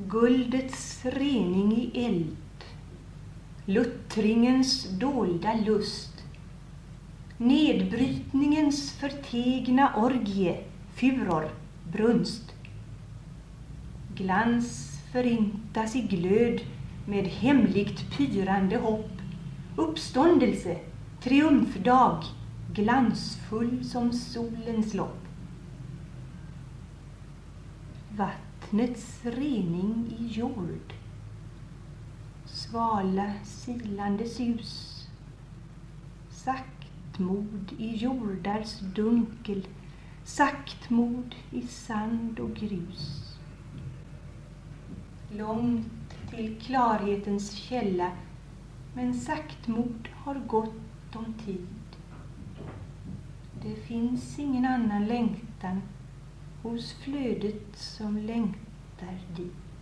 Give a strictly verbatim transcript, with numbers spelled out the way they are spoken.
Guldets rening i eld, luttringens dolda lust, nedbrytningens förtegna orgie, furor, brunst. Glans förintas i glöd med hemligt pyrande hopp, uppståndelse, triumfdag, glansfull som solens lopp. Vattnets rening i jord, svala silande sus, saktmod i jordars dunkel, saktmod i sand och grus. Långt till klarhetens källa, men saktmod har gott om tid. Det finns ingen annan längtan hos flödet som längtar dit.